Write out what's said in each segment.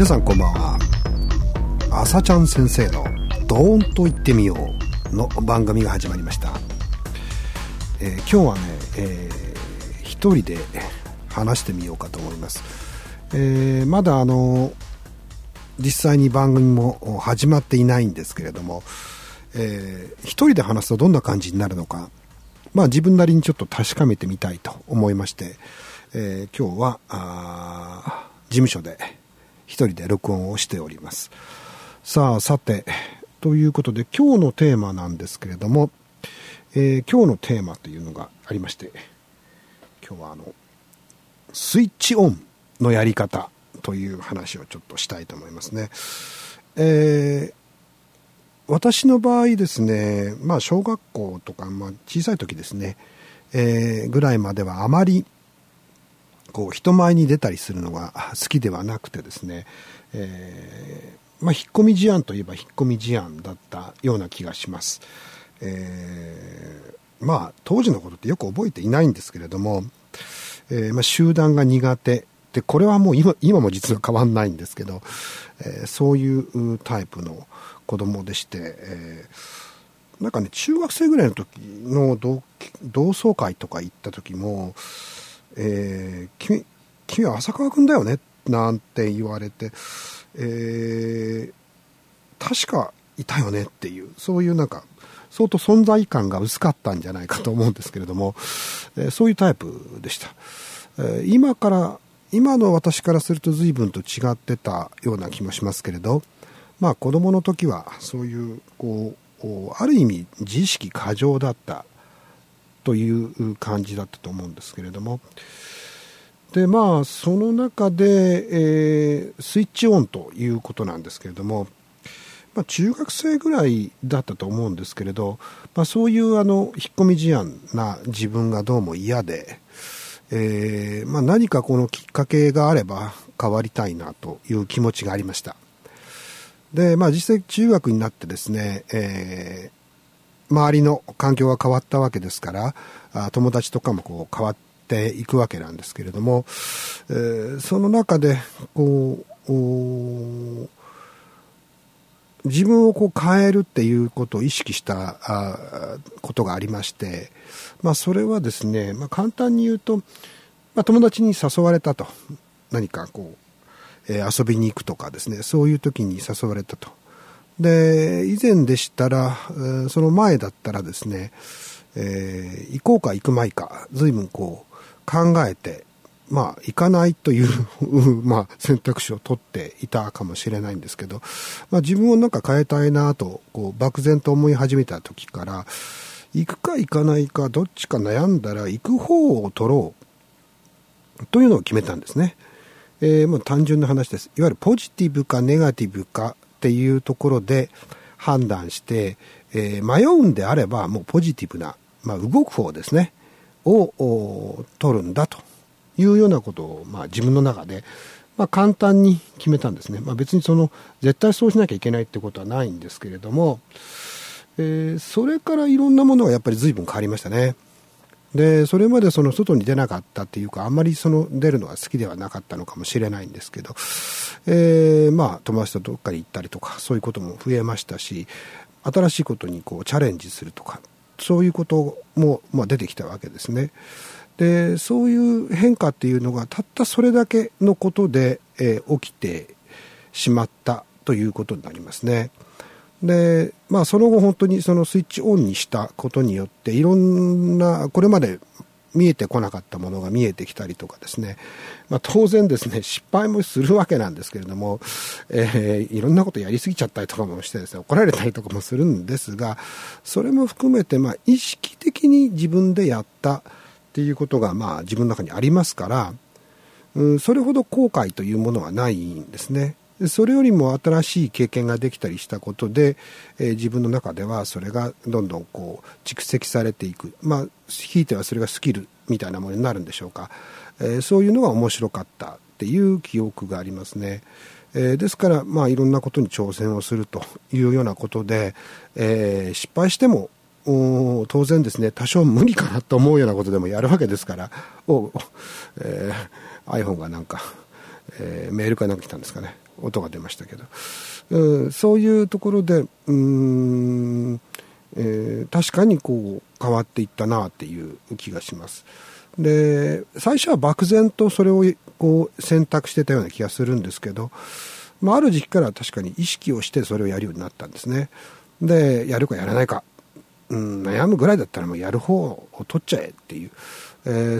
皆さんこんばんは。朝ちゃん先生のドーンと言ってみようの番組が始まりました。今日はね、一人で話してみようかと思います。まだ実際に番組も始まっていないんですけれども、一人で話すとどんな感じになるのか、自分なりにちょっと確かめてみたいと思いまして、今日は事務所で一人で録音をしております。さてということで今日のテーマなんですけれども、今日のテーマというのがありまして、今日はスイッチオンのやり方という話をちょっとしたいと思いますね。私の場合ですね、小学校とか、小さい時ですね、ぐらいまではあまり人前に出たりするのが好きではなくてですね、引っ込み思案といえば引っ込み思案だったような気がします。当時のことってよく覚えていないんですけれども、集団が苦手で、これはもう今も実は変わんないんですけど、そういうタイプの子供でして、中学生ぐらいの時の同窓会とか行った時も、君は浅川くんだよねなんて言われて、確かいたよねっていう、そういう相当存在感が薄かったんじゃないかと思うんですけれども、そういうタイプでした。今の私からすると随分と違ってたような気もしますけれど、子供の時はそういうある意味自意識過剰だったという感じだったと思うんですけれども、でその中で、スイッチオンということなんですけれども、中学生ぐらいだったと思うんですけれど、そういう引っ込み思案な自分がどうも嫌で、何かこのきっかけがあれば変わりたいなという気持ちがありました。で実際中学になってですね、周りの環境が変わったわけですから、友達とかも変わっていくわけなんですけれども、その中で自分を変えるっていうことを意識したことがありまして、それはですね、簡単に言うと、友達に誘われたと、何か遊びに行くとかですね、そういう時に誘われたと。で以前でしたら、その前だったらですね、行こうか行くまいか随分考えて、行かないという選択肢を取っていたかもしれないんですけど、自分を変えたいなと漠然と思い始めた時から、行くか行かないかどっちか悩んだら行く方を取ろうというのを決めたんですね。もう単純な話です。いわゆるポジティブかネガティブかっていうところで判断して、迷うんであればもうポジティブな、動く方ですねを取るんだというようなことを、自分の中で、簡単に決めたんですね。別に絶対そうしなきゃいけないってことはないんですけれども、それからいろんなものがやっぱり随分変わりましたね。でそれまで外に出なかったっていうか、あんまり出るのが好きではなかったのかもしれないんですけど、友達とどっかに行ったりとかそういうことも増えましたし、新しいことにチャレンジするとかそういうことも、出てきたわけですね。でそういう変化っていうのがたったそれだけのことで、起きてしまったということになりますね。でその後本当にそのスイッチオンにしたことによっていろんなこれまで見えてこなかったものが見えてきたりとかですね、当然ですね失敗もするわけなんですけれども、いろんなことやりすぎちゃったりとかもしてですね、怒られたりとかもするんですが、それも含めて意識的に自分でやったっていうことが自分の中にありますから、それほど後悔というものはないんですね。それよりも新しい経験ができたりしたことで、自分の中ではそれがどんどん蓄積されていく、ひいてはそれがスキルみたいなものになるんでしょうか、そういうのが面白かったっていう記憶がありますね。ですからいろんなことに挑戦をするというようなことで、失敗しても当然ですね多少無理かなと思うようなことでもやるわけですから、iPhone がメールかなんか来たんですかね、 音が出ましたけど、そういうところで確かにこう変わっていったなっていう気がします。で、最初は漠然とそれをこう選択してたような気がするんですけど、ある時期から確かに意識をしてそれをやるようになったんですね。で、やるかやらないか、悩むぐらいだったらもうやる方を取っちゃえっていう、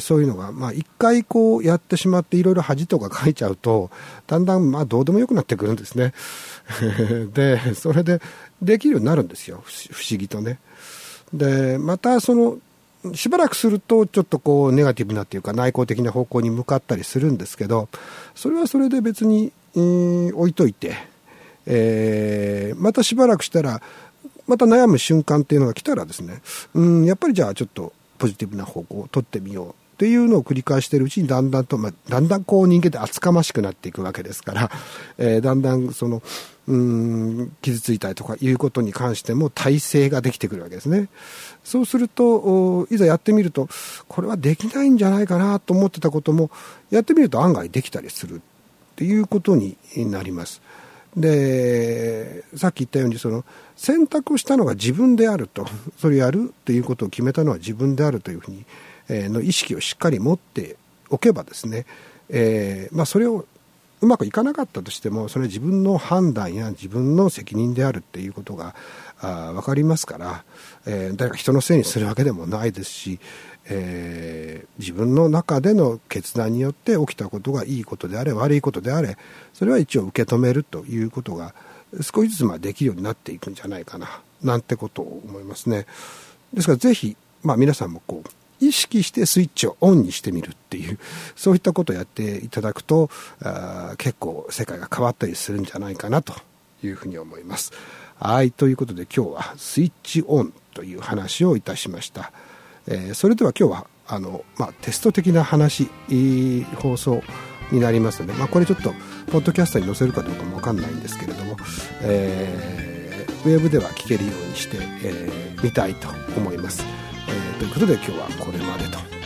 そういうのが一回こうやってしまっていろいろ恥とかかいちゃうとだんだんどうでもよくなってくるんですね。で、それでできるようになるんですよ、不思議とね。で、またしばらくするとちょっとこうネガティブなっていうか内向的な方向に向かったりするんですけど、それはそれで別に、置いといて、またしばらくしたらまた悩む瞬間っていうのが来たらですね、やっぱりじゃあちょっとポジティブな方向を取ってみようっていうのを繰り返しているうちにだんだんこう人間って厚かましくなっていくわけですから、だんだん傷ついたりとかいうことに関しても耐性ができてくるわけですね。そうするといざやってみるとこれはできないんじゃないかなと思ってたこともやってみると案外できたりするっていうことになります。で、さっき言ったように選択をしたのが自分であると、それをやるということを決めたのは自分であるというふうに、の意識をしっかり持っておけばですね、それをうまくいかなかったとしてもそれは自分の判断や自分の責任であるっていうことが分かりますから、誰か人のせいにするわけでもないですし、自分の中での決断によって起きたことがいいことであれ悪いことであれ、それは一応受け止めるということが少しずつできるようになっていくんじゃないかななんてことを思いますね。ですからぜひ、皆さんもこう意識してスイッチをオンにしてみるっていう、そういったことをやっていただくと結構世界が変わったりするんじゃないかなというふうに思います。はい、ということで今日はスイッチオンという話をいたしました。それでは今日はテスト的な放送になりますので、これちょっとポッドキャストに載せるかどうかも分かんないんですけれども、ウェブでは聞けるようにしてみたいと思います。ということで今日はこれまでと。